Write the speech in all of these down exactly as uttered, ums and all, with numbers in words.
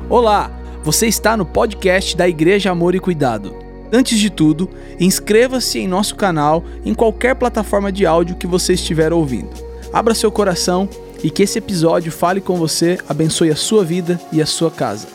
Olá, você está no podcast da Igreja Amor e Cuidado. Antes de tudo, inscreva-se em nosso canal em qualquer plataforma de áudio que você estiver ouvindo. Abra seu coração e que esse episódio fale com você, abençoe a sua vida e a sua casa.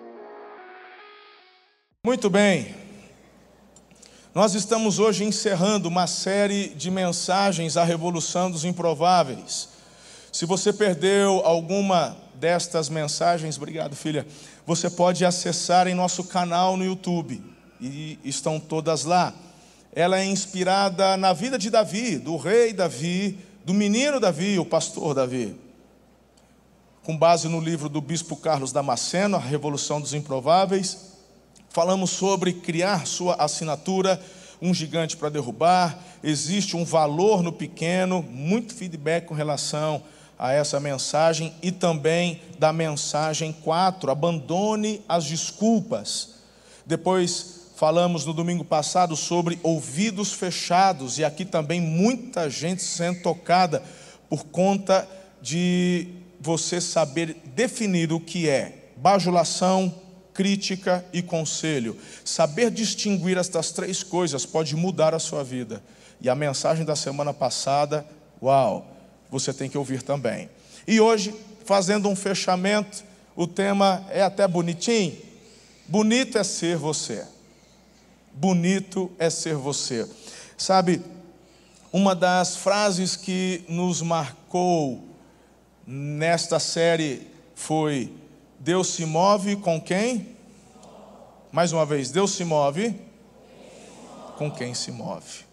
Muito bem, nós estamos hoje encerrando uma série de mensagens à Revolução dos Improváveis. Se você perdeu alguma destas mensagens, obrigado filha, você pode acessar em nosso canal no YouTube, e estão todas lá. Ela é inspirada na vida de Davi, do rei Davi, do menino Davi, o pastor Davi, com base no livro do bispo Carlos Damasceno, A Revolução dos Improváveis. Falamos sobre criar sua assinatura, um gigante para derrubar. Existe um valor no pequeno, muito feedback com relação a essa mensagem, e também da mensagem quatro, abandone as desculpas. Depois falamos no domingo passado sobre ouvidos fechados, e aqui também muita gente sendo tocada por conta de você saber definir o que é bajulação, crítica e conselho. Saber distinguir estas três coisas pode mudar a sua vida. E a mensagem da semana passada, uau, você tem que ouvir também. E hoje, fazendo um fechamento, o tema é até bonitinho. Bonito é ser você. Bonito é ser você. Sabe, uma das frases que nos marcou nesta série foi: Deus se move com quem? Mais uma vez, Deus se move com quem se move.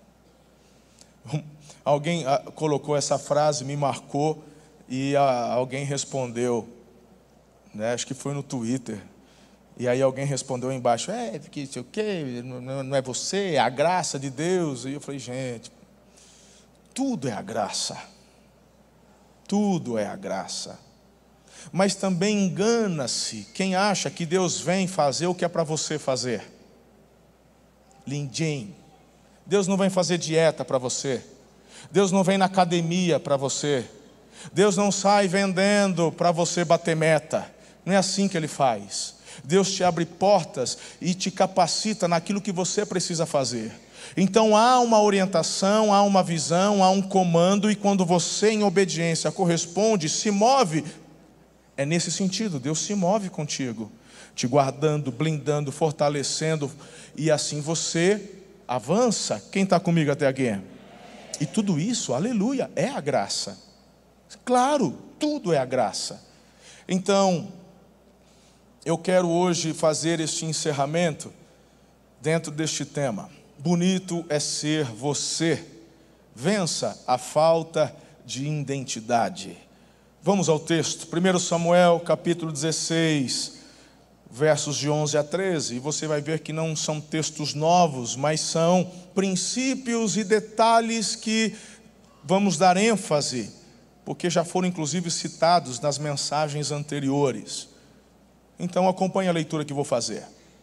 Alguém colocou essa frase, me marcou, e alguém respondeu, né, acho que foi no Twitter, e aí alguém respondeu embaixo, é, que sei o quê, não é você, é a graça de Deus. E eu falei, gente, tudo é a graça, tudo é a graça. Mas também engana-se quem acha que Deus vem fazer o que é para você fazer. Lindinho, Deus não vem fazer dieta para você. Deus não vem na academia para você. Deus não sai vendendo para você bater meta. Não é assim que Ele faz. Deus te abre portas e te capacita naquilo que você precisa fazer. Então há uma orientação, há uma visão, há um comando, e quando você em obediência corresponde, se move, é nesse sentido, Deus se move contigo, te guardando, blindando, fortalecendo, e assim você avança. Quem está comigo até aqui? E tudo isso, aleluia, é a graça. Claro, tudo é a graça. Então, eu quero hoje fazer este encerramento dentro deste tema. Bonito é ser você. Vença a falta de identidade. Vamos ao texto. primeiro Samuel, capítulo dezesseis, versos de onze a treze. E você vai ver que não são textos novos, mas são princípios e detalhes que vamos dar ênfase, porque já foram inclusive citados nas mensagens anteriores. Então acompanhe a leitura que vou fazer.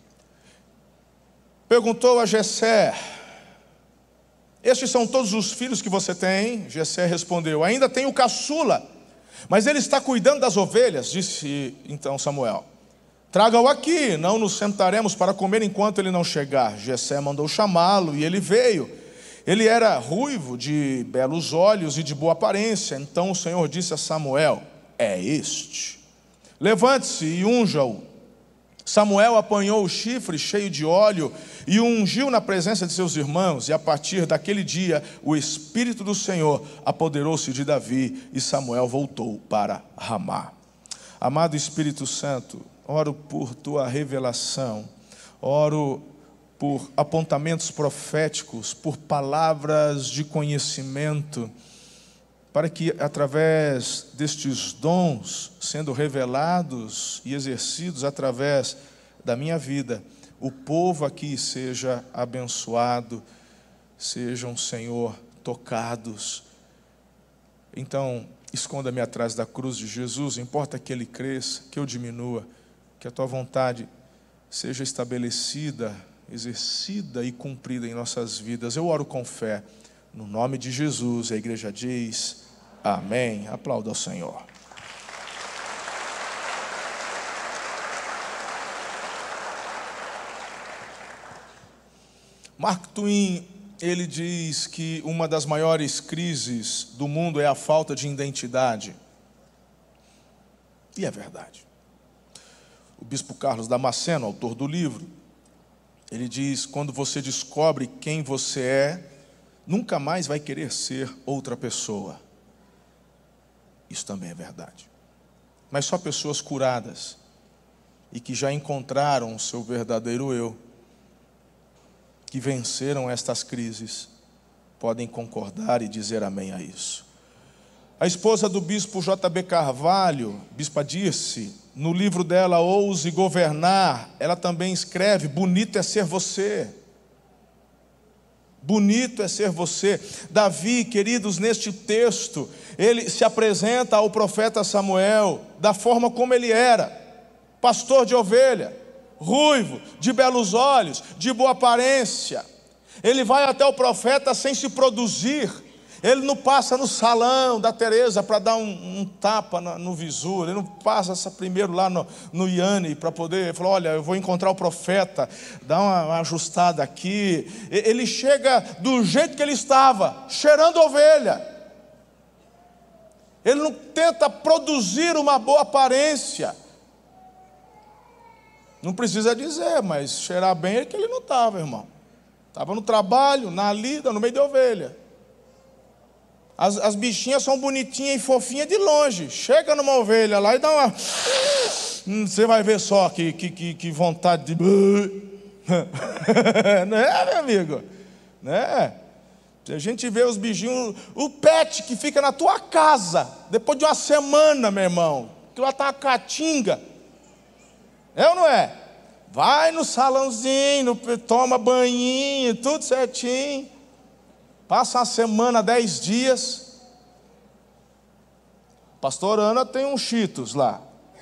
Perguntou a Jessé: estes são todos os filhos que você tem? Jessé respondeu: ainda tenho o caçula, mas ele está cuidando das ovelhas. Disse então Samuel: traga-o aqui, não nos sentaremos para comer enquanto ele não chegar. Jessé mandou chamá-lo e ele veio. Ele era ruivo, de belos olhos e de boa aparência. Então o Senhor disse a Samuel: é este. Levante-se e unja-o. Samuel apanhou o chifre cheio de óleo e o ungiu na presença de seus irmãos. E a partir daquele dia, o Espírito do Senhor apoderou-se de Davi, e Samuel voltou para Ramá. Amado Espírito Santo, oro por tua revelação, oro por apontamentos proféticos, por palavras de conhecimento, para que através destes dons sendo revelados e exercidos através da minha vida, o povo aqui seja abençoado, sejam, Senhor, tocados. Então, esconda-me atrás da cruz de Jesus, importa que Ele cresça, que eu diminua, que a Tua vontade seja estabelecida, exercida e cumprida em nossas vidas. Eu oro com fé, no nome de Jesus. A igreja diz amém. Aplauda ao Senhor. Mark Twain, ele diz que uma das maiores crises do mundo é a falta de identidade. E é verdade. O bispo Carlos Damasceno, autor do livro, ele diz: quando você descobre quem você é, nunca mais vai querer ser outra pessoa. Isso também é verdade. Mas só pessoas curadas e que já encontraram o seu verdadeiro eu, que venceram estas crises, podem concordar e dizer amém a isso. A esposa do bispo J B Carvalho, bispa Dirce, no livro dela Ouse Governar, ela também escreve: bonito é ser você. Bonito é ser você. Davi, queridos, neste texto, ele se apresenta ao profeta Samuel da forma como ele era: pastor de ovelha, ruivo, de belos olhos, de boa aparência. Ele vai até o profeta sem se produzir. Ele não passa no salão da Teresa para dar um, um tapa no, no visu. Ele não passa primeiro lá no, no Iane para poder falar: olha, eu vou encontrar o profeta, dá uma, uma ajustada aqui. Ele chega do jeito que ele estava, cheirando ovelha. Ele não tenta produzir uma boa aparência. Não precisa dizer, mas cheirar bem é que ele não estava, irmão. Estava no trabalho, na lida, no meio de ovelha. As, as bichinhas são bonitinhas e fofinhas de longe. Chega numa ovelha lá e dá uma... Você vai ver só que, que, que, que vontade de... Não é, meu amigo? Não é? Se a gente vê os bichinhos... O pet que fica na tua casa, depois de uma semana, meu irmão, que lá está uma caatinga. É ou não é? Vai no salãozinho, toma banhinho, tudo certinho. Passa uma semana, dez dias. Pastor Ana tem um Cheetos lá.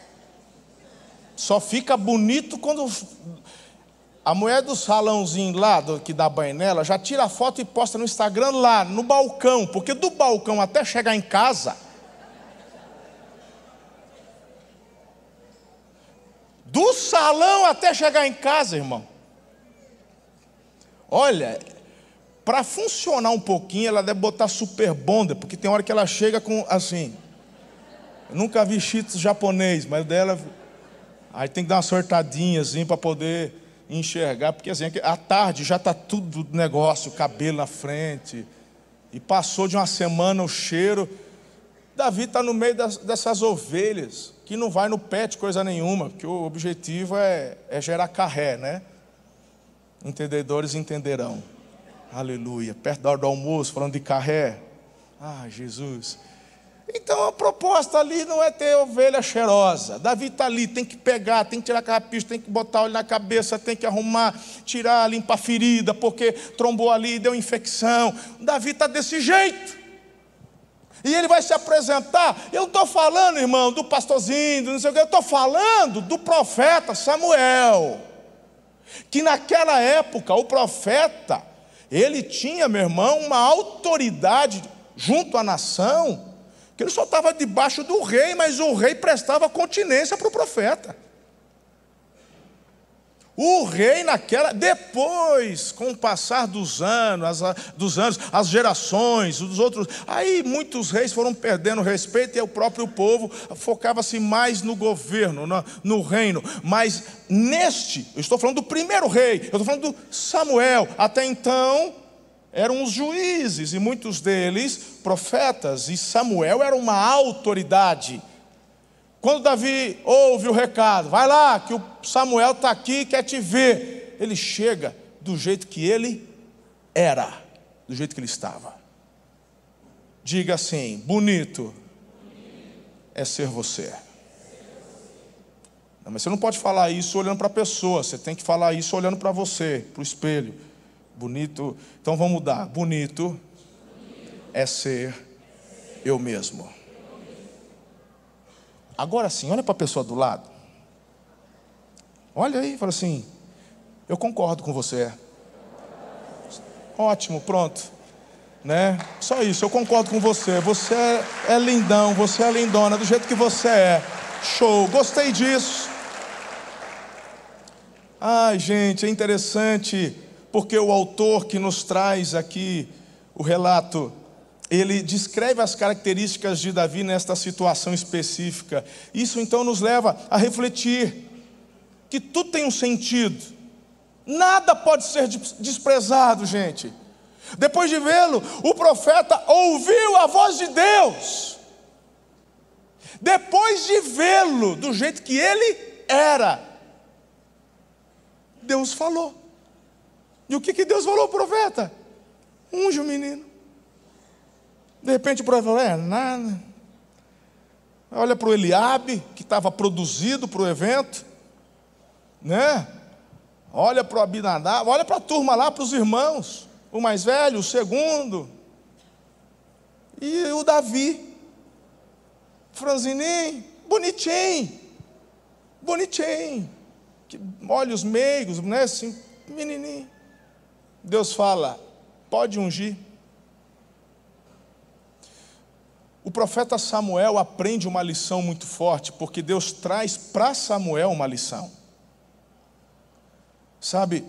Só fica bonito quando a mulher do salãozinho lá, do, que dá banho nela, já tira a foto e posta no Instagram lá, no balcão. Porque do balcão até chegar em casa, do salão até chegar em casa, irmão, olha, para funcionar um pouquinho, ela deve botar Super Bonder, porque tem hora que ela chega com assim. Eu nunca vi Cheetos japonês, mas dela, aí tem que dar uma sortadinha assim para poder enxergar, porque assim, à tarde já está tudo negócio, cabelo na frente, e passou de uma semana o cheiro. Davi está no meio das, dessas ovelhas, que não vai no pet coisa nenhuma, porque o objetivo é, é gerar carré, né? Entendedores entenderão. Aleluia. Perto da hora do almoço, falando de carré. Ah, Jesus. Então a proposta ali não é ter ovelha cheirosa. Davi está ali, tem que pegar, tem que tirar a carrapicho, tem que botar óleo na cabeça, tem que arrumar, tirar, limpar a ferida, porque trombou ali, deu infecção. Davi está desse jeito. E ele vai se apresentar. Eu não estou falando, irmão, do pastorzinho, do não sei o que. Eu estou falando do profeta Samuel. Que naquela época, o profeta, ele tinha, meu irmão, uma autoridade junto à nação, que ele só estava debaixo do rei, mas o rei prestava continência para o profeta. O rei naquela, depois, com o passar dos anos, as, dos anos, as gerações, os outros, aí muitos reis foram perdendo respeito, e o próprio povo focava-se mais no governo, no, no reino. Mas neste, eu estou falando do primeiro rei, eu estou falando do Samuel. Até então eram os juízes, e muitos deles profetas, e Samuel era uma autoridade. Quando Davi ouve o recado, vai lá, que o Samuel está aqui e quer te ver. Ele chega do jeito que ele era, do jeito que ele estava. Diga assim: bonito é ser você. Não, mas você não pode falar isso olhando para a pessoa, você tem que falar isso olhando para você, para o espelho. Bonito, então vamos mudar. Bonito é ser eu mesmo. Agora sim, olha para a pessoa do lado. Olha aí e fala assim: eu concordo com você. Ótimo, pronto, né? Só isso, eu concordo com você. Você é lindão, você é lindona, do jeito que você é. Show, gostei disso. Ai, gente, é interessante, porque o autor que nos traz aqui o relato, ele descreve as características de Davi nesta situação específica. Isso então nos leva a refletir que tudo tem um sentido. Nada pode ser desprezado, gente. Depois de vê-lo, o profeta ouviu a voz de Deus. Depois de vê-lo do jeito que ele era, Deus falou. E o que, que Deus falou ao profeta? Unge o menino. De repente o profeta falou, é nada. Olha para o Eliabe, que estava produzido para o evento, né? Olha para o Abinadab, olha para a turma lá, para os irmãos, o mais velho, o segundo, e o Davi, franzininho, bonitinho, bonitinho, olhos meigos, né, assim, menininho. Deus fala, pode ungir. O profeta Samuel aprende uma lição muito forte, porque Deus traz para Samuel uma lição. Sabe,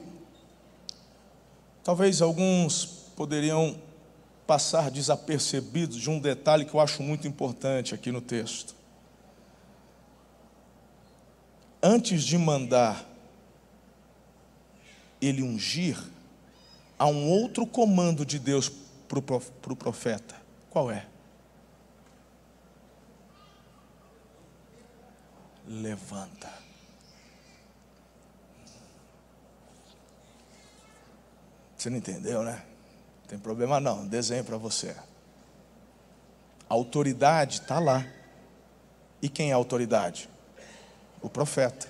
talvez alguns poderiam passar desapercebidos de um detalhe que eu acho muito importante aqui no texto. Antes de mandar ele ungir, há um outro comando de Deus para o profeta. Qual é? Levanta. Você não entendeu, né? Não tem problema não, desenho para você. A autoridade está lá. E quem é a autoridade? O profeta.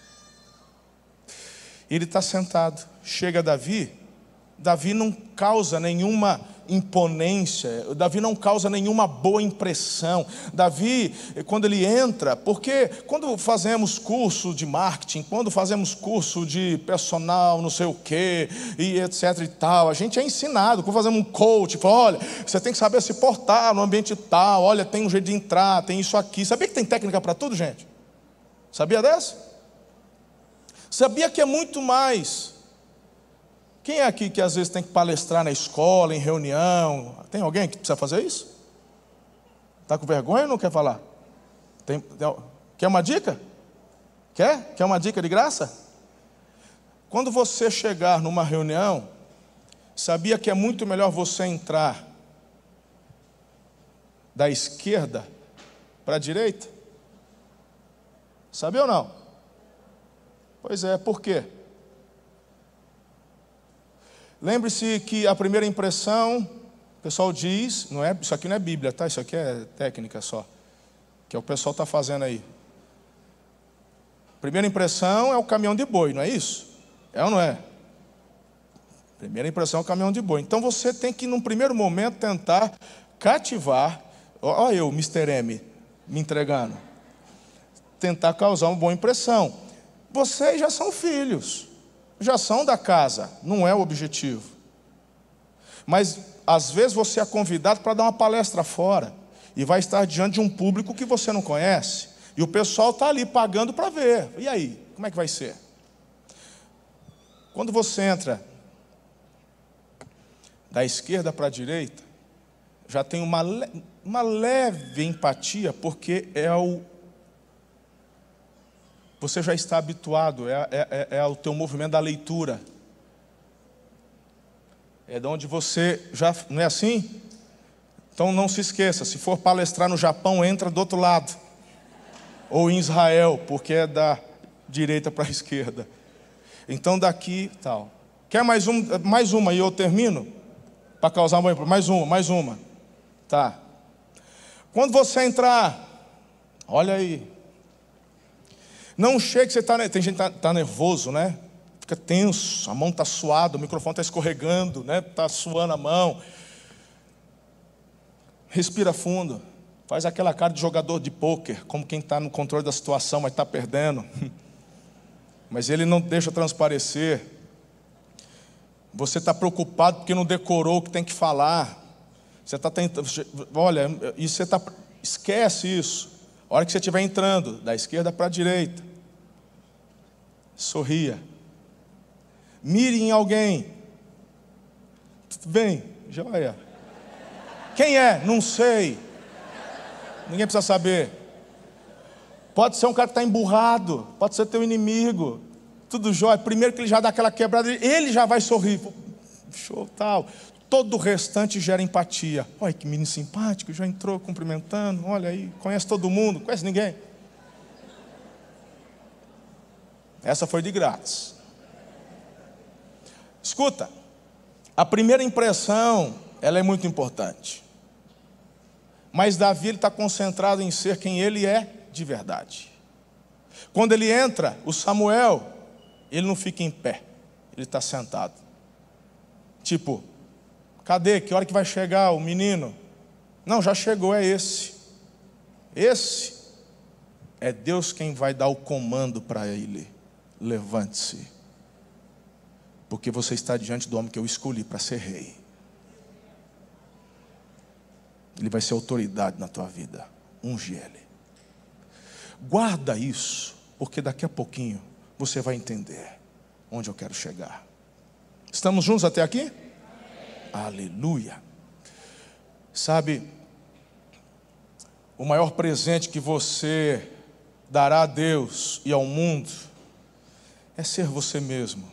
Ele está sentado. Chega Davi. Davi não causa nenhuma imponência, Davi não causa nenhuma boa impressão. Davi, quando ele entra, porque quando fazemos curso de marketing, quando fazemos curso de personal, não sei o quê, e etc e tal, a gente é ensinado, quando fazemos um coach, fala, olha, você tem que saber se portar no ambiente tal, olha, tem um jeito de entrar, tem isso aqui. Sabia que tem técnica para tudo, gente? Sabia dessa? Sabia que é muito mais. Quem é aqui que às vezes tem que palestrar na escola, em reunião? Tem alguém que precisa fazer isso? Está com vergonha ou não quer falar? Tem, tem, quer uma dica? Quer? Quer uma dica de graça? Quando você chegar numa reunião, sabia que é muito melhor você entrar da esquerda para a direita? Sabia ou não? Pois é, por quê? Lembre-se que a primeira impressão, o pessoal diz, não é, isso aqui não é Bíblia, tá? Isso aqui é técnica só, que é o pessoal está fazendo aí. Primeira impressão é o caminhão de boi, não é isso? É ou não é? Primeira impressão é o caminhão de boi. Então você tem que, num primeiro momento, tentar cativar. Olha eu, mister M, me entregando. Tentar causar uma boa impressão. Vocês já são filhos. Já são da casa, não é o objetivo. Mas às vezes você é convidado para dar uma palestra fora e vai estar diante de um público que você não conhece, e o pessoal está ali pagando para ver. E aí, como é que vai ser? Quando você entra da esquerda para a direita, já tem uma, le- uma leve empatia, porque é o você já está habituado, é, é, é o teu movimento da leitura. É de onde você já... Não é assim? Então não se esqueça, se for palestrar no Japão, entra do outro lado. Ou em Israel, porque é da direita para a esquerda. Então daqui, tal. Quer mais, um, mais uma e eu termino? Para causar uma... Mais uma, mais uma. Tá. Quando você entrar, olha aí. Não chegue, você está... Tem gente que está tá nervoso, né? Fica tenso, a mão está suada, o microfone está escorregando, né? Está suando a mão. Respira fundo. Faz aquela cara de jogador de pôquer, como quem está no controle da situação, mas está perdendo. Mas ele não deixa transparecer. Você está preocupado porque não decorou o que tem que falar. Você está tentando... Olha, e você está... Esquece isso. A hora que você estiver entrando, da esquerda para a direita, sorria. Mire em alguém Tudo bem? Joia. Quem é? Não sei. Ninguém precisa saber. Pode ser um cara que está emburrado, pode ser teu inimigo. Tudo jóia. Primeiro que ele já dá aquela quebrada, ele já vai sorrir. Show, tal. Todo o restante gera empatia. Olha que menino simpático, já entrou cumprimentando. Olha aí, conhece todo mundo, conhece ninguém. Essa foi de grátis. Escuta, a primeira impressão, ela é muito importante. Mas Davi está concentrado em ser quem ele é de verdade. Quando ele entra, o Samuel, ele não fica em pé, ele está sentado. Tipo, cadê? Que hora que vai chegar o menino? Não, já chegou, é esse. Esse é Deus quem vai dar o comando para ele. Levante-se, porque você está diante do homem que eu escolhi para ser rei. Ele vai ser autoridade na tua vida. Unge ele. Guarda isso, porque daqui a pouquinho você vai entender onde eu quero chegar. Estamos juntos até aqui? Aleluia. Sabe, o maior presente que você dará a Deus e ao mundo é ser você mesmo.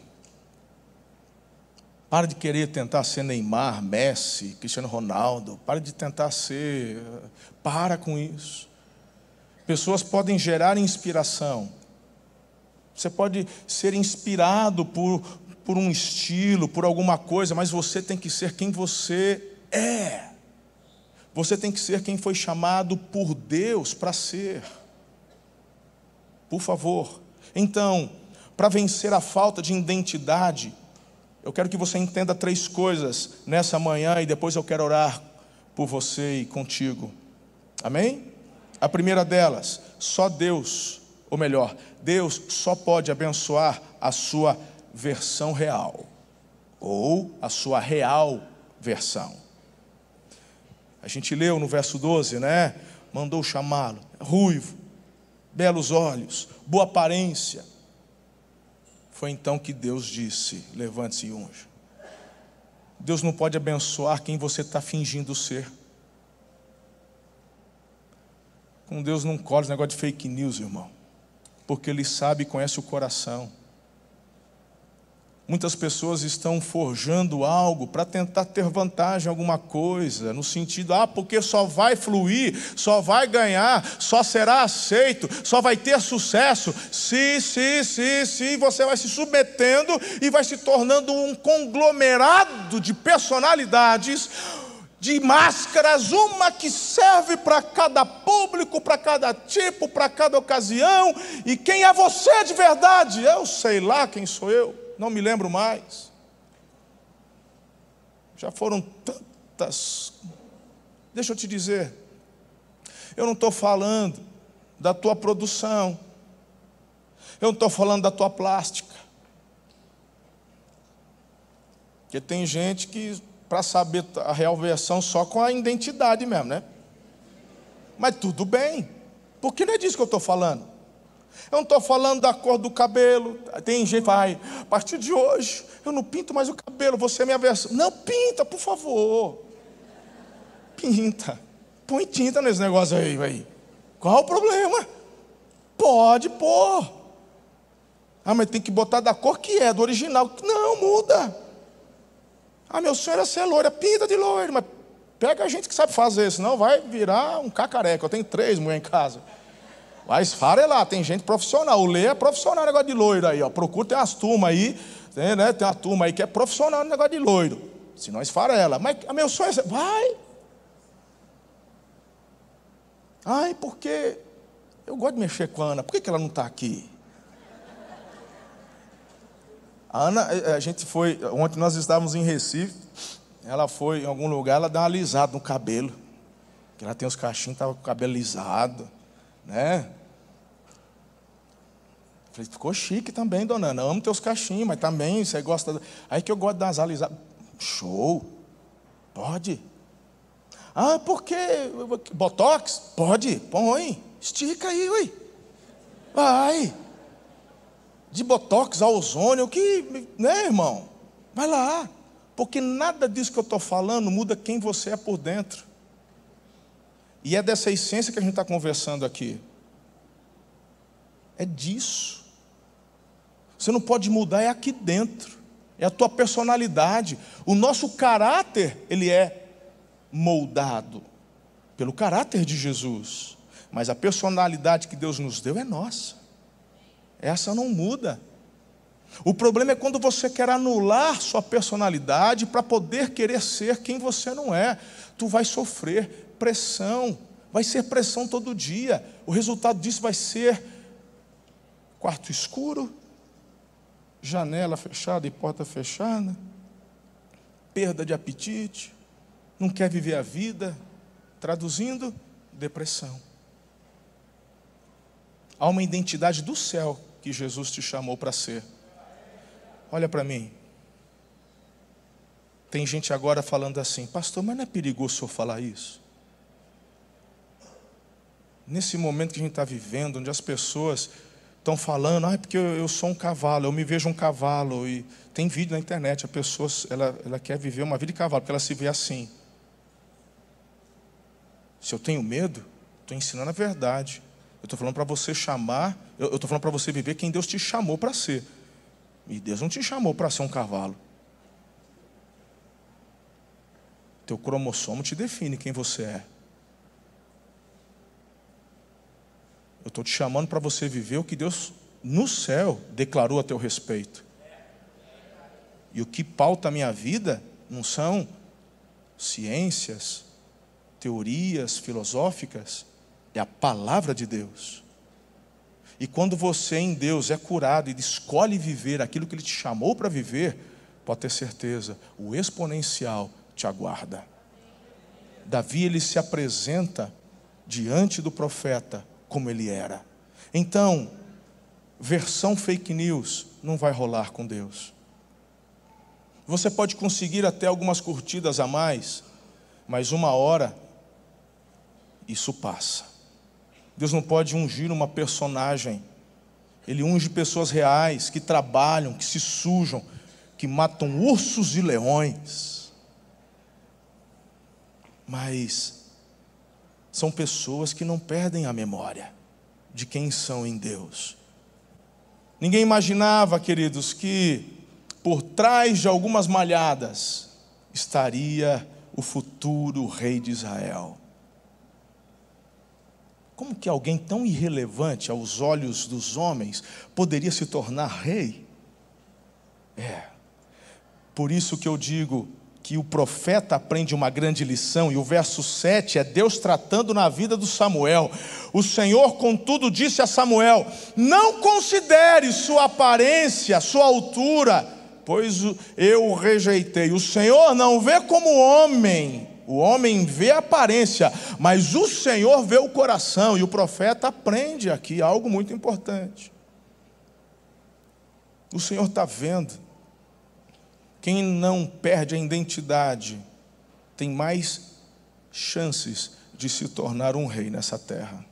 Para de querer tentar ser Neymar, Messi, Cristiano Ronaldo. Para de tentar ser. Para com isso. Pessoas podem gerar inspiração. Você pode ser inspirado por, por um estilo, por alguma coisa, mas você tem que ser quem você é. Você tem que ser quem foi chamado por Deus para ser. Por favor. Então, para vencer a falta de identidade, eu quero que você entenda três coisas nessa manhã e depois eu quero orar por você e contigo. Amém? A primeira delas, só Deus, ou melhor, Deus só pode abençoar a sua versão real, ou a sua real versão. A gente leu no verso doze, né? Mandou chamá-lo, ruivo, belos olhos, boa aparência. Foi então que Deus disse, levante-se e unja. Deus não pode abençoar quem você está fingindo ser. Com Deus não corre esse negócio de fake news, irmão. Porque Ele sabe e conhece o coração. Muitas pessoas estão forjando algo para tentar ter vantagem em alguma coisa, no sentido, ah, porque só vai fluir, só vai ganhar, só será aceito, só vai ter sucesso, se, se, se, se, você vai se submetendo e vai se tornando um conglomerado de personalidades, de máscaras, uma que serve para cada público, para cada tipo, para cada ocasião. E quem é você de verdade? Eu sei lá quem sou eu. Não me lembro mais. Já foram tantas. Deixa eu te dizer. Eu não estou falando da tua produção. Eu não estou falando da tua plástica. Porque tem gente que, para saber a real versão, só com a identidade mesmo, né? Mas tudo bem. Porque não é disso que eu estou falando. Eu não estou falando da cor do cabelo. Tem gente que vai, a partir de hoje, eu não pinto mais o cabelo, você é minha versão. Não, pinta, por favor. Pinta. Põe tinta nesse negócio aí, aí. Qual o problema? Pode pôr. Ah, mas tem que botar da cor que é, do original. Não, muda. Ah, meu sonho era ser loira. Pinta de loiro. Mas pega a gente que sabe fazer, senão vai virar um cacareco. Eu tenho três mulheres em casa. Vai esfarelar, tem gente profissional. O Lê é profissional no negócio de loiro aí, ó. Procura, tem umas turmas aí, tem, né? Tem uma turma aí que é profissional no negócio de loiro. Se não esfarela. Mas a meu sonho é ser... Vai. Ai, porque eu gosto de mexer com a Ana. Por que que ela não está aqui? A Ana, a gente foi... Ontem nós estávamos em Recife. Ela foi em algum lugar, ela dá uma alisada no cabelo. Porque ela tem os cachinhos, estava com o cabelo lisado. Né? Falei, ficou chique também, dona Ana. Amo teus cachinhos, mas também você gosta. Aí que eu gosto das alisadas. Show. Pode. Ah, por quê? Botox? Pode. Põe. Estica aí, ui. Vai. De botox a ozônio, que, né, irmão? Vai lá. Porque nada disso que eu estou falando muda quem você é por dentro. E é dessa essência que a gente está conversando aqui. É disso. Você não pode mudar, é aqui dentro. É a tua personalidade. O nosso caráter, ele é moldado pelo caráter de Jesus. Mas a personalidade que Deus nos deu é nossa. Essa não muda. O problema é quando você quer anular sua personalidade para poder querer ser quem você não é. Tu vai sofrer pressão. Vai ser pressão todo dia. O resultado disso vai ser quarto escuro, janela fechada e porta fechada, perda de apetite, não quer viver a vida, traduzindo, depressão. Há uma identidade do céu que Jesus te chamou para ser. Olha para mim. Tem gente agora falando assim: pastor, mas não é perigoso o senhor falar isso? Nesse momento que a gente está vivendo, onde as pessoas estão falando, ah, é porque eu, eu sou um cavalo, eu me vejo um cavalo. E tem vídeo na internet, a pessoa ela, ela quer viver uma vida de cavalo, porque ela se vê assim. Se eu tenho medo, estou ensinando a verdade. Eu estou falando para você chamar, eu estou falando para você viver quem Deus te chamou para ser. E Deus não te chamou para ser um cavalo. Teu cromossomo te define quem você é. Eu estou te chamando para você viver o que Deus no céu declarou a teu respeito. E o que pauta a minha vida não são ciências, teorias filosóficas, é a palavra de Deus. E quando você em Deus é curado e escolhe viver aquilo que Ele te chamou para viver, pode ter certeza, o exponencial te aguarda. Davi, ele se apresenta diante do profeta como ele era. Então, versão fake news não vai rolar com Deus. Você pode conseguir até algumas curtidas a mais, mas uma hora isso passa. Deus não pode ungir uma personagem. Ele unge pessoas reais, que trabalham, que se sujam, que matam ursos e leões. Mas são pessoas que não perdem a memória de quem são em Deus. Ninguém imaginava, queridos, que por trás de algumas malhadas estaria o futuro rei de Israel. Como que alguém tão irrelevante aos olhos dos homens poderia se tornar rei? É. Por isso que eu digo que o profeta aprende uma grande lição, e o verso sete é Deus tratando na vida do Samuel. O Senhor, contudo, disse a Samuel: não considere sua aparência, sua altura, pois eu o rejeitei. O Senhor não vê como homem. O homem vê a aparência, mas o Senhor vê o coração. E o profeta aprende aqui algo muito importante. O Senhor está vendo. Quem não perde a identidade tem mais chances de se tornar um rei nessa terra.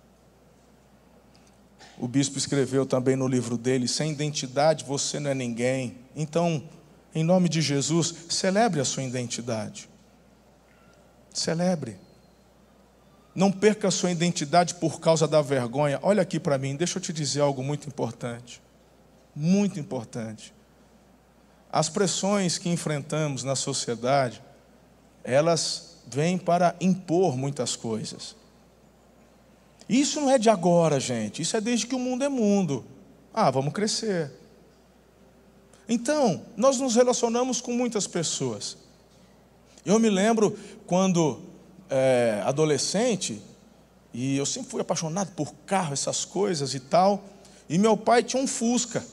O bispo escreveu também no livro dele: sem identidade você não é ninguém. Então, em nome de Jesus, celebre a sua identidade. Celebre. Não perca a sua identidade por causa da vergonha. Olha aqui para mim, deixa eu te dizer algo muito importante. Muito importante. As pressões que enfrentamos na sociedade, elas vêm para impor muitas coisas. Isso não é de agora, gente. Isso é desde que o mundo é mundo. Ah, vamos crescer. Então, nós nos relacionamos com muitas pessoas. Eu me lembro quando é, adolescente, e eu sempre fui apaixonado por carro, essas coisas e tal, e meu pai tinha um Fusca.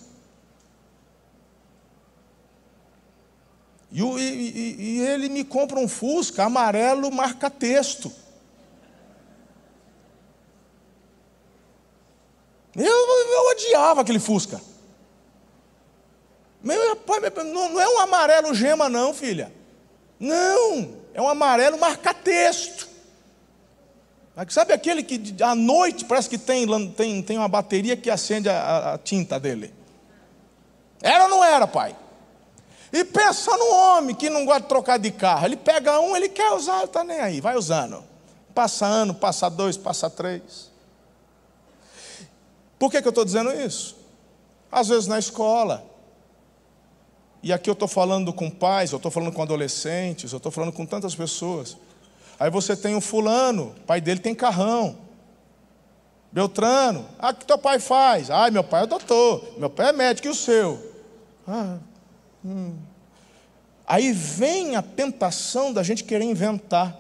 E, e, e ele me compra um Fusca amarelo marca-texto. Eu, eu odiava aquele Fusca. Meu pai, não, não é um amarelo gema não, filha. Não, é um amarelo marca-texto. Sabe aquele que à noite parece que tem, tem, tem uma bateria que acende a, a tinta dele? Era ou não era, pai? E pensa num homem que não gosta de trocar de carro. Ele pega um, ele quer usar, está nem aí, vai usando. Passa ano, passa dois, passa três. Por que que eu estou dizendo isso? Às vezes na escola. E aqui eu estou falando com pais, eu estou falando com adolescentes, eu estou falando com tantas pessoas. Aí você tem um fulano, o pai dele tem carrão. Beltrano, ah, o que teu pai faz? Ah, meu pai é doutor, meu pai é médico, e o seu? Ah, hum. Aí vem a tentação da gente querer inventar.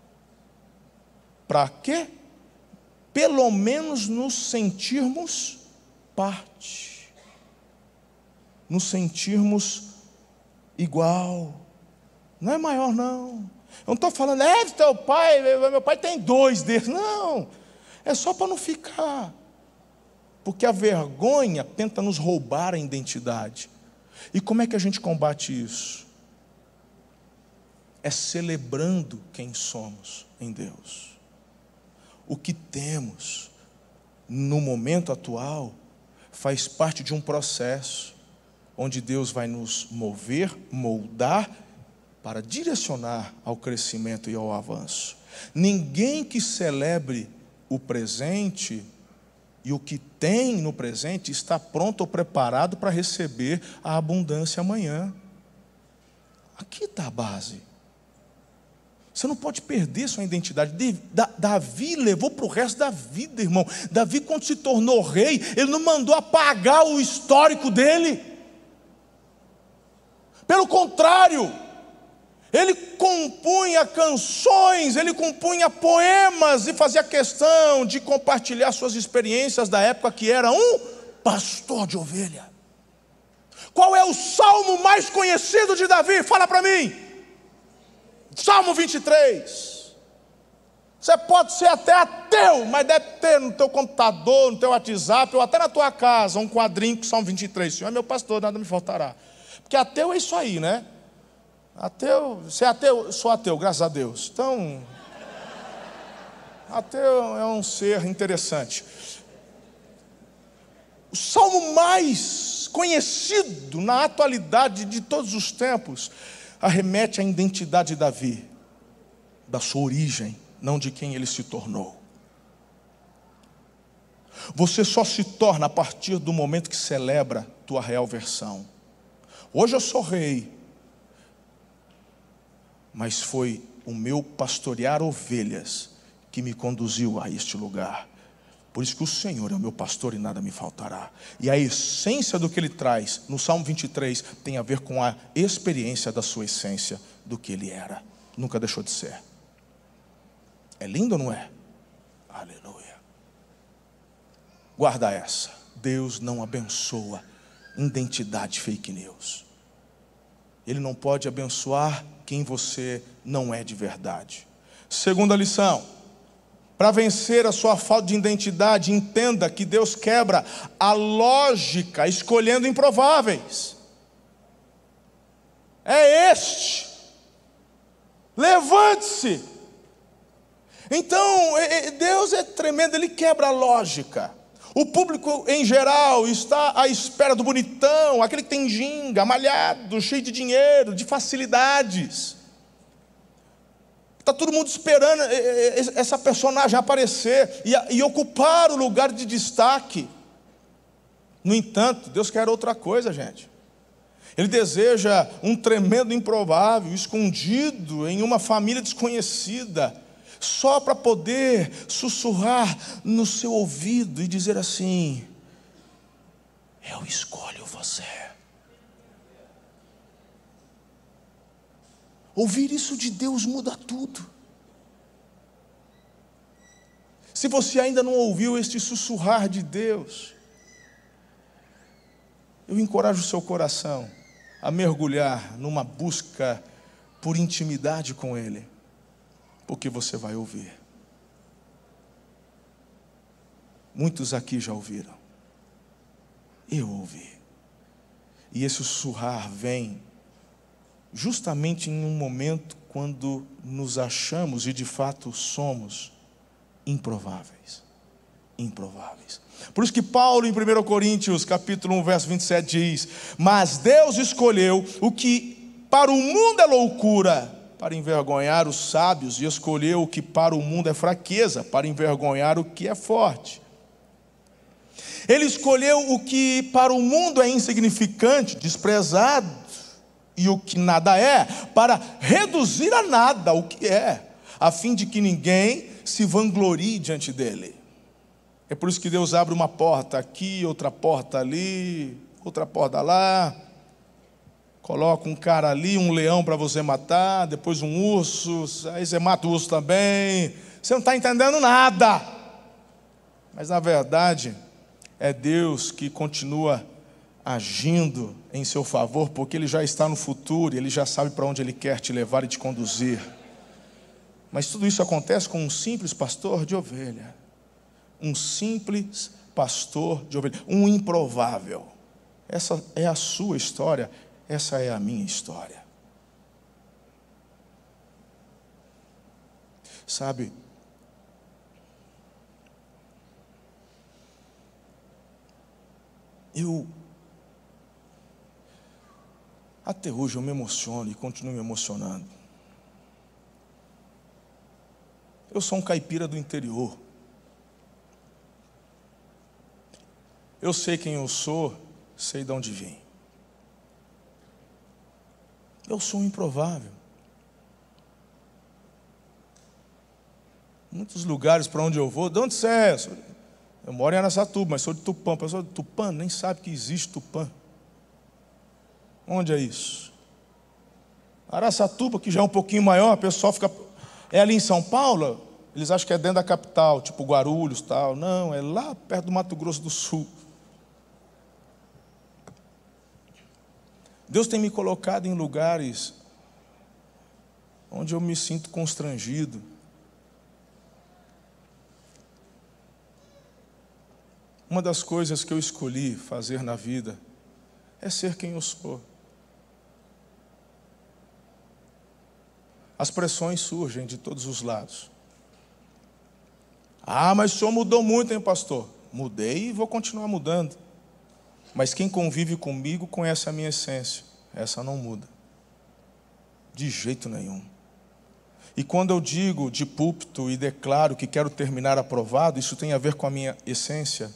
Para quê? Pelo menos nos sentirmos parte. Nos sentirmos igual. Não é maior, não. Eu não estou falando, é, teu pai, meu pai tem dois desses. Não, é só para não ficar. Porque a vergonha tenta nos roubar a identidade. E como é que a gente combate isso? É celebrando quem somos em Deus. O que temos no momento atual faz parte de um processo onde Deus vai nos mover, moldar, para direcionar ao crescimento e ao avanço. Ninguém que celebre o presente e o que tem no presente está pronto ou preparado para receber a abundância amanhã. Aqui está a base. Você não pode perder sua identidade. Davi levou para o resto da vida, irmão. Davi, quando se tornou rei, ele não mandou apagar o histórico dele. Pelo contrário, ele compunha canções, ele compunha poemas e fazia questão de compartilhar suas experiências da época que era um pastor de ovelha. Qual é o salmo mais conhecido de Davi? Fala para mim. Salmo vinte e três. Você pode ser até ateu, mas deve ter no teu computador, no teu WhatsApp, ou até na tua casa, um quadrinho com Salmo vinte e três. Senhor é meu pastor, nada me faltará. Porque ateu é isso aí, né? Ateu, se é ateu, sou ateu, graças a Deus. Então, ateu é um ser interessante. O salmo mais conhecido na atualidade de todos os tempos arremete à identidade de Davi, da sua origem, não de quem ele se tornou. Você só se torna a partir do momento que celebra tua real versão. Hoje eu sou rei, mas foi o meu pastorear ovelhas que me conduziu a este lugar. Por isso que o Senhor é o meu pastor e nada me faltará. E a essência do que ele traz no Salmo vinte e três tem a ver com a experiência da sua essência, do que ele era. Nunca deixou de ser. É lindo ou não é? Aleluia. Guarda essa. Deus não abençoa identidade fake news. Ele não pode abençoar quem você não é de verdade. Segunda lição. Para vencer a sua falta de identidade, entenda que Deus quebra a lógica escolhendo improváveis. É este. Levante-se. Então, Deus é tremendo, Ele quebra a lógica. O público em geral está à espera do bonitão, aquele que tem ginga, malhado, cheio de dinheiro, de facilidades. Está todo mundo esperando essa personagem aparecer e, e ocupar o lugar de destaque. No entanto, Deus quer outra coisa, gente. Ele deseja um tremendo improvável, escondido em uma família desconhecida, só para poder sussurrar no seu ouvido e dizer assim: eu escolho você. Ouvir isso de Deus muda tudo. Se você ainda não ouviu este sussurrar de Deus, eu encorajo o seu coração a mergulhar numa busca por intimidade com Ele, porque você vai ouvir. Muitos aqui já ouviram. Eu ouvi. E esse sussurrar vem justamente em um momento quando nos achamos, e de fato somos, improváveis. improváveis. Por isso que Paulo, em primeira Coríntios, capítulo um, verso vinte e sete, diz: mas Deus escolheu o que para o mundo é loucura, para envergonhar os sábios, e escolheu o que para o mundo é fraqueza, para envergonhar o que é forte. Ele escolheu o que para o mundo é insignificante, desprezado, e o que nada é, para reduzir a nada o que é, a fim de que ninguém se vanglorie diante dele. É por isso que Deus abre uma porta aqui, outra porta ali, outra porta lá, coloca um cara ali, um leão para você matar, depois um urso, aí você mata o urso também. Você não está entendendo nada. Mas na verdade é Deus que continua agindo em seu favor, porque Ele já está no futuro, Ele já sabe para onde Ele quer te levar e te conduzir. Mas tudo isso acontece com um simples pastor de ovelha. Um simples pastor de ovelha, um improvável. Essa é a sua história, essa é a minha história. Sabe, eu até hoje eu me emociono e continuo me emocionando. Eu sou um caipira do interior. Eu sei quem eu sou, sei de onde vim. Eu sou um improvável. Muitos lugares para onde eu vou, de onde você é? Eu moro em Araçatuba, mas sou de Tupã. A pessoa de Tupã nem sabe que existe Tupã. Onde é isso? Araçatuba, que já é um pouquinho maior, a pessoa fica... É ali em São Paulo? Eles acham que é dentro da capital, tipo Guarulhos, tal. Não, é lá perto do Mato Grosso do Sul. Deus tem me colocado em lugares onde eu me sinto constrangido. Uma das coisas que eu escolhi fazer na vida é ser quem eu sou. As pressões surgem de todos os lados. Ah, mas o senhor mudou muito, hein, pastor? Mudei e vou continuar mudando. Mas quem convive comigo conhece a minha essência. Essa não muda. De jeito nenhum. E quando eu digo de púlpito e declaro que quero terminar aprovado, isso tem a ver com a minha essência.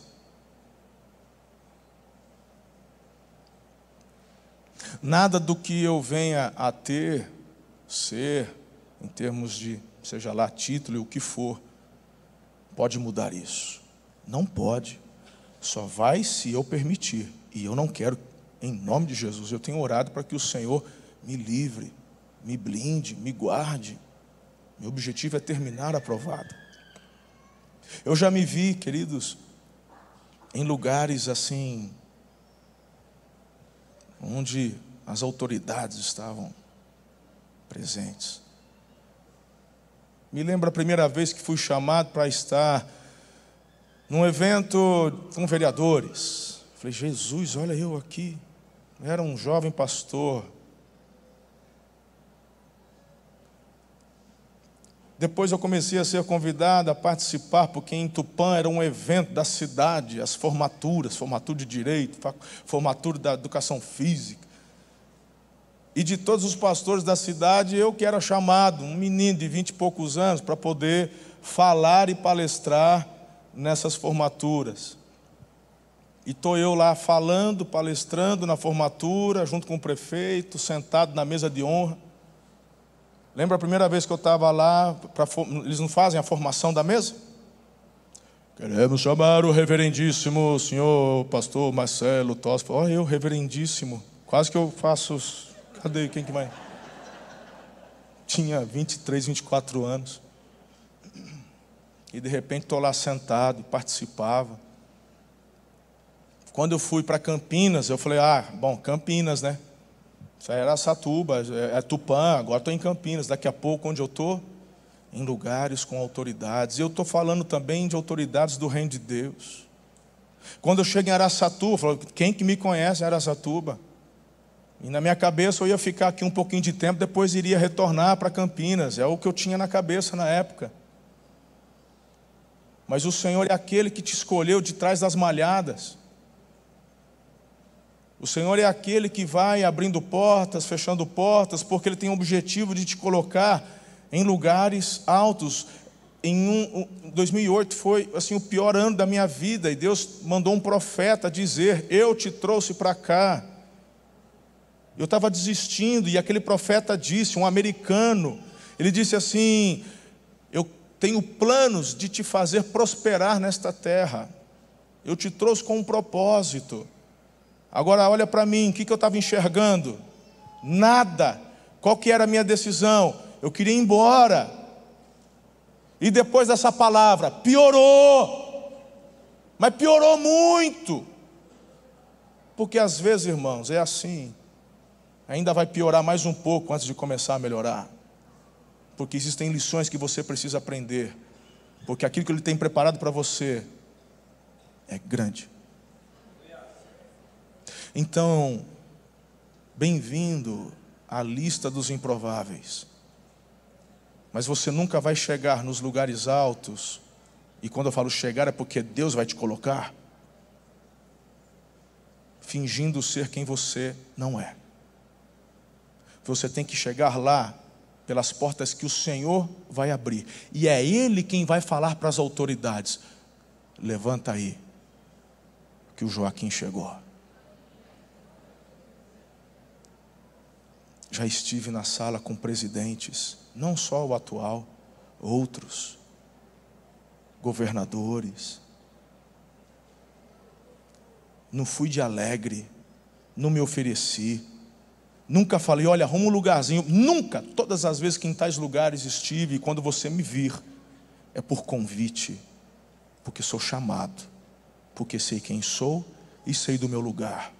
Nada do que eu venha a ter, ser, em termos de, seja lá, título e o que for, pode mudar isso. Não pode. Só vai se eu permitir. E eu não quero, em nome de Jesus. Eu tenho orado para que o Senhor me livre, me blinde, me guarde. Meu objetivo é terminar aprovado. Eu já me vi, queridos, em lugares assim, onde as autoridades estavam presentes. Me lembro a primeira vez que fui chamado para estar num evento com vereadores. Falei, Jesus, olha eu aqui. Eu era um jovem pastor. Depois eu comecei a ser convidado a participar, porque em Tupã era um evento da cidade, as formaturas, formatura de direito, formatura da educação física. E de todos os pastores da cidade, eu que era chamado, um menino de vinte e poucos anos, para poder falar e palestrar nessas formaturas. E estou eu lá falando, palestrando na formatura, junto com o prefeito, sentado na mesa de honra. Lembra a primeira vez que eu estava lá, pra, eles não fazem a formação da mesa? Queremos chamar o reverendíssimo senhor pastor Marcelo Tosco. Olha eu, reverendíssimo. Quase que eu faço... Cadê? Quem que vai? Tinha vinte e três, vinte e quatro anos. E de repente estou lá sentado, participava. Quando eu fui para Campinas, eu falei, ah, bom, Campinas, né? Isso aí era Araçatuba, é Tupã, agora estou em Campinas. Daqui a pouco, onde eu estou? Em lugares com autoridades. E eu estou falando também de autoridades do reino de Deus. Quando eu chego em Araçatuba, eu falo, quem que me conhece em Araçatuba? E na minha cabeça eu ia ficar aqui um pouquinho de tempo, depois iria retornar para Campinas. É o que eu tinha na cabeça na época. mas o Senhor é aquele que te escolheu de trás das malhadas. O Senhor é aquele que vai abrindo portas, fechando portas, porque Ele tem o objetivo de te colocar em lugares altos. Em um, um, dois mil e oito foi assim, o pior ano da minha vida, e Deus mandou um profeta dizer: eu te trouxe para cá. Eu estava desistindo, e aquele profeta disse, um americano, ele disse assim: eu tenho planos de te fazer prosperar nesta terra. Eu te trouxe com um propósito. Agora olha para mim, o que, que eu estava enxergando? Nada. Qual que era a minha decisão? Eu queria ir embora. E depois dessa palavra, piorou. Mas piorou muito. Porque às vezes, irmãos, é assim. Ainda vai piorar mais um pouco antes de começar a melhorar. Porque existem lições que você precisa aprender. Porque aquilo que Ele tem preparado para você é grande. Então, bem-vindo à lista dos improváveis. Mas você nunca vai chegar nos lugares altos. E quando eu falo chegar é porque Deus vai te colocar fingindo ser quem você não é. Você tem que chegar lá pelas portas que o Senhor vai abrir. E é Ele quem vai falar para as autoridades: levanta aí, que o Joaquim chegou. Já estive na sala com presidentes, não só o atual, outros, governadores. Não fui de alegre, não me ofereci, nunca falei, olha, arruma um lugarzinho. Nunca, todas as vezes que em tais lugares estive, e quando você me vir, é por convite, porque sou chamado, porque sei quem sou e sei do meu lugar.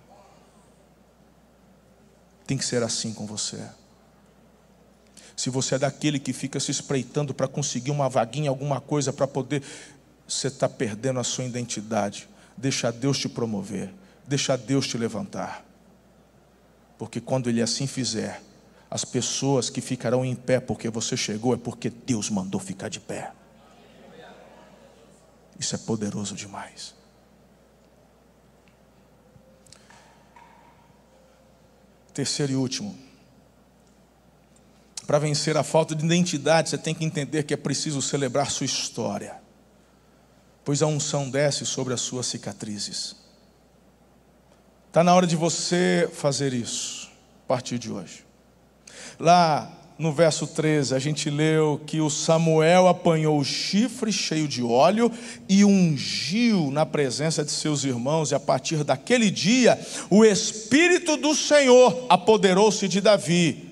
Tem que ser assim com você. Se você é daquele que fica se espreitando para conseguir uma vaguinha, alguma coisa para poder, você está perdendo a sua identidade. Deixa Deus te promover, deixa Deus te levantar. Porque quando Ele assim fizer, as pessoas que ficarão em pé porque você chegou, é porque Deus mandou ficar de pé. Isso é poderoso demais. Terceiro e último. Para vencer a falta de identidade, você tem que entender que é preciso celebrar sua história, pois a unção desce sobre as suas cicatrizes. Está na hora de você fazer isso, a partir de hoje. Lá no verso treze, a gente leu que o Samuel apanhou o chifre cheio de óleo e ungiu na presença de seus irmãos. E a partir daquele dia, o Espírito do Senhor apoderou-se de Davi.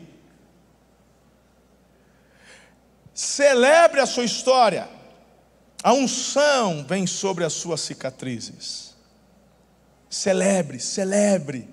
Celebre a sua história. A unção vem sobre as suas cicatrizes. Celebre, celebre.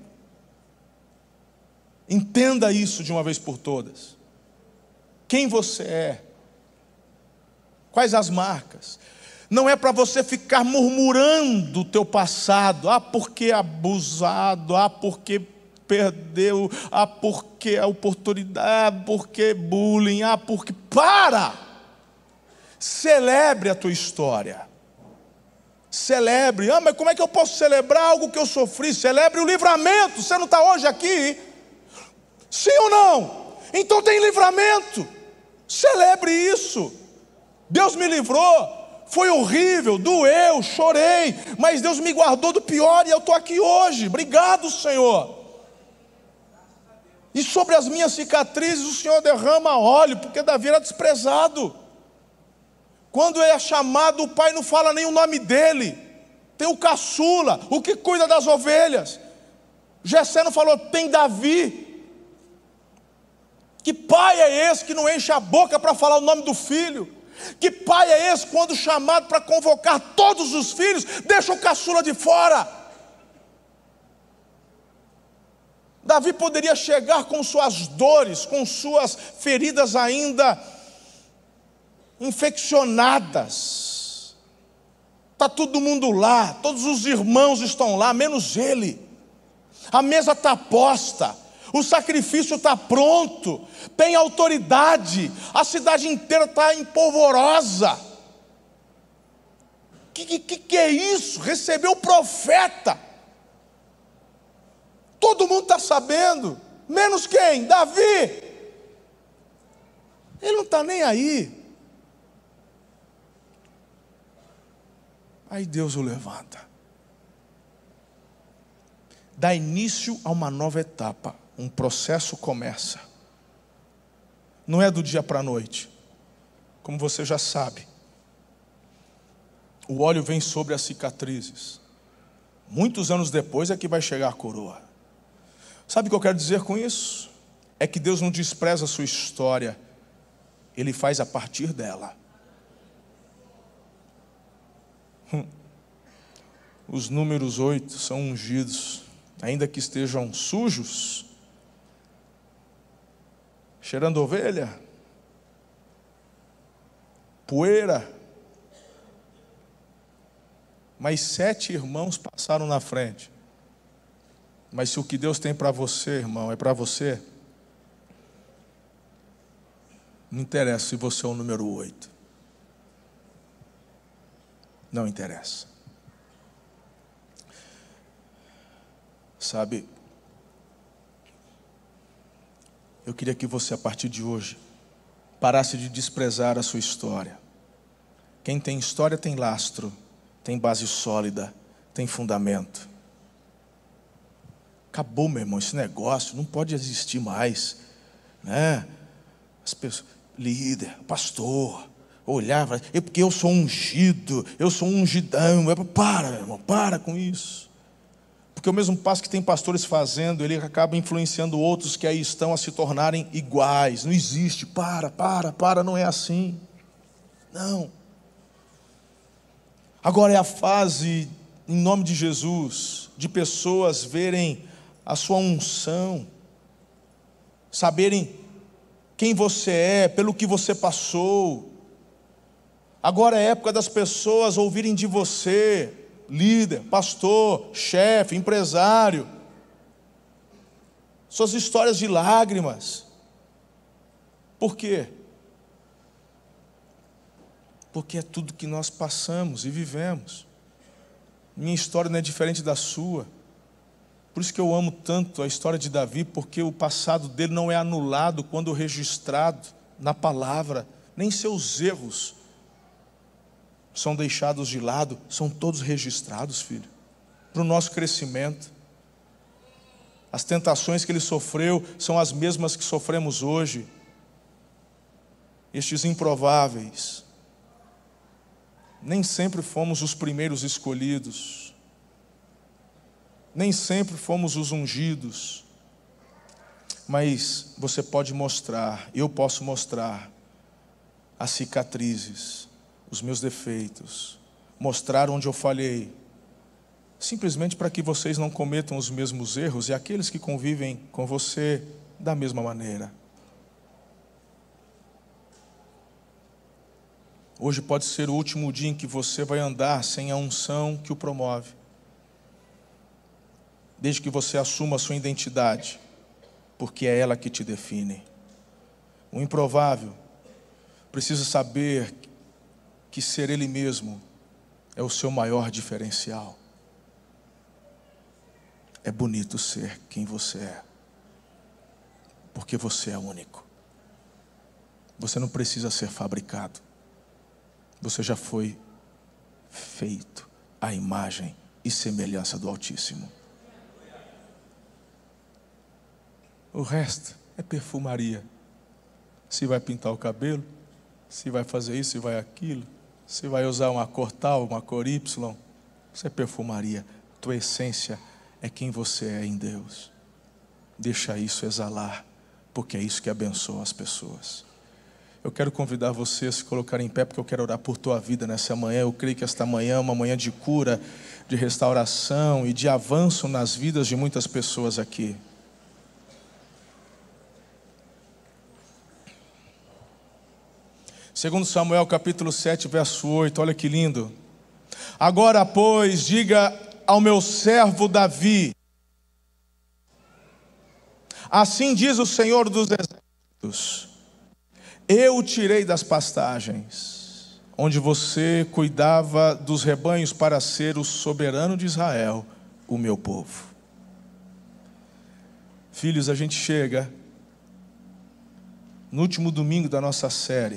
Entenda isso de uma vez por todas. Quem você é? Quais as marcas? Não é para você ficar murmurando o teu passado. Ah, porque abusado. Ah, porque perdeu. Ah, porque a oportunidade. Ah, porque bullying. Ah, porque... Para! Celebre a tua história. Celebre. Ah, mas como é que eu posso celebrar algo que eu sofri? Celebre o livramento. Você não está hoje aqui? Sim ou não? Então tem livramento. Celebre isso. Deus me livrou. Foi horrível, doeu, chorei, mas Deus me guardou do pior e eu estou aqui hoje. Obrigado, Senhor. E sobre as minhas cicatrizes o Senhor derrama óleo, porque Davi era desprezado. Quando é chamado, o pai não fala nem o nome dele. Tem o caçula, o que cuida das ovelhas. Jessé não falou, tem Davi. Que pai é esse que não enche a boca para falar o nome do filho? Que pai é esse quando chamado para convocar todos os filhos, deixa o caçula de fora? Davi poderia chegar com suas dores, com suas feridas ainda infeccionadas. Está todo mundo lá, todos os irmãos estão lá, menos ele. A mesa está posta. O sacrifício está pronto, tem autoridade, a cidade inteira está empolvorosa. que, que, que é isso? Recebeu o profeta. Todo mundo está sabendo, menos quem? Davi. Ele não está nem aí. Aí Deus o levanta. Dá início a uma nova etapa. Um processo começa. Não é do dia para a noite. Como você já sabe. O óleo vem sobre as cicatrizes. Muitos anos depois é que vai chegar a coroa. Sabe o que eu quero dizer com isso? É que Deus não despreza a sua história. Ele faz a partir dela. Hum. Os números oito são ungidos, ainda que estejam sujos, cheirando ovelha, poeira. Mas sete irmãos passaram na frente. Mas se o que Deus tem para você, irmão, é para você, não interessa se você é o número oito. Não interessa. Sabe, eu queria que você, a partir de hoje, parasse de desprezar a sua história. Quem tem história tem lastro, tem base sólida, tem fundamento. Acabou, meu irmão, esse negócio não pode existir mais, né? As pessoas, líder, pastor, olhava, é porque eu sou ungido, eu sou um ungidão. Para, meu irmão, para com isso. Porque o mesmo passo que tem pastores fazendo, ele acaba influenciando outros que aí estão a se tornarem iguais. Não existe, para, para, para, não é assim. Não. Agora é a fase, em nome de Jesus, de pessoas verem a sua unção, saberem quem você é, pelo que você passou. Agora é a época das pessoas ouvirem de você, líder, pastor, chefe, empresário, suas histórias de lágrimas. Por quê? Porque é tudo que nós passamos e vivemos. Minha história não é diferente da sua. Por isso que eu amo tanto a história de Davi, porque o passado dele não é anulado quando registrado na palavra, nem seus erros são deixados de lado, são todos registrados, filho, para o nosso crescimento. As tentações que ele sofreu são as mesmas que sofremos hoje. Estes improváveis, nem sempre fomos os primeiros escolhidos, nem sempre fomos os ungidos, mas você pode mostrar, eu posso mostrar as cicatrizes, os meus defeitos, mostrar onde eu falhei, simplesmente para que vocês não cometam os mesmos erros e aqueles que convivem com você da mesma maneira. Hoje pode ser o último dia em que você vai andar sem a unção que o promove, desde que você assuma a sua identidade, porque é ela que te define. O improvável precisa saber que ser ele mesmo é o seu maior diferencial. É bonito ser quem você é, porque você é único. Você não precisa ser fabricado. Você já foi feito à imagem e semelhança do Altíssimo. O resto é perfumaria. Se vai pintar o cabelo, se vai fazer isso, se vai aquilo, se vai usar uma cor tal, uma cor Y, isso é perfumaria. Tua essência é quem você é em Deus. Deixa isso exalar, porque é isso que abençoa as pessoas. Eu quero convidar você a se colocar em pé, porque eu quero orar por tua vida nessa manhã. Eu creio que esta manhã é uma manhã de cura, de restauração e de avanço nas vidas de muitas pessoas aqui. Segundo Samuel capítulo sete, verso oito, olha que lindo. Agora, pois, diga ao meu servo Davi, assim diz o Senhor dos exércitos, eu o tirei das pastagens. onde você cuidava dos rebanhos para ser o soberano de Israel, o meu povo. Filhos, a gente chega no último domingo da nossa série,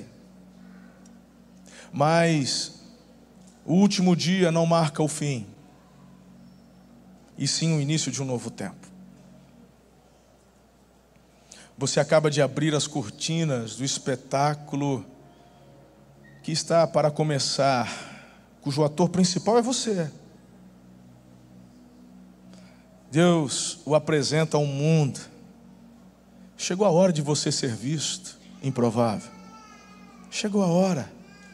mas o último dia não marca o fim, e sim o início de um novo tempo. Você acaba de abrir as cortinas do espetáculo que está para começar, cujo ator principal é você. Deus o apresenta ao mundo. Chegou a hora de você ser visto, improvável. Chegou a hora.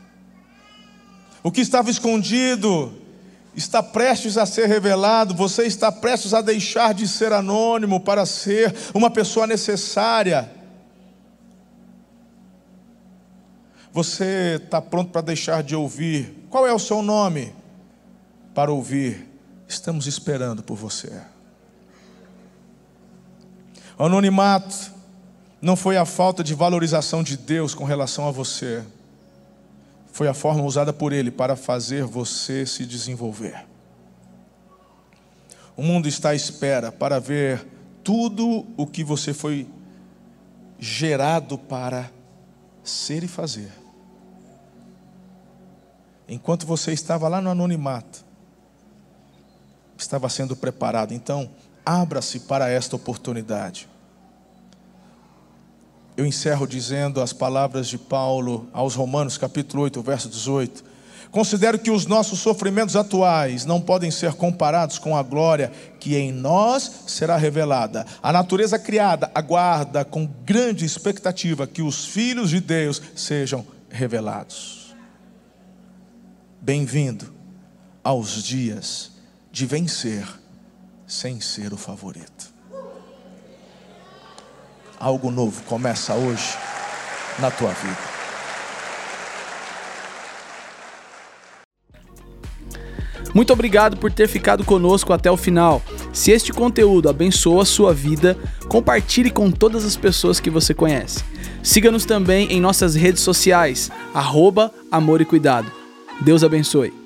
O que estava escondido está prestes a ser revelado. Você está prestes a deixar de ser anônimo para ser uma pessoa necessária. Você está pronto para deixar de ouvir? Qual é o seu nome? Para ouvir, estamos esperando por você. O anonimato não foi a falta de valorização de Deus com relação a você. Foi a forma usada por Ele para fazer você se desenvolver. O mundo está à espera para ver tudo o que você foi gerado para ser e fazer. Enquanto você estava lá no anonimato, estava sendo preparado. Então, abra-se para esta oportunidade. Eu encerro dizendo as palavras de Paulo aos Romanos, capítulo oito, verso dezoito. Considero que os nossos sofrimentos atuais não podem ser comparados com a glória que em nós será revelada. A natureza criada aguarda com grande expectativa que os filhos de Deus sejam revelados. Bem-vindo aos dias de vencer sem ser o favorito. Algo novo começa hoje na tua vida. Muito obrigado por ter ficado conosco até o final. Se este conteúdo abençoa a sua vida, compartilhe com todas as pessoas que você conhece. Siga-nos também em nossas redes sociais, arroba Amor e Cuidado. Deus abençoe.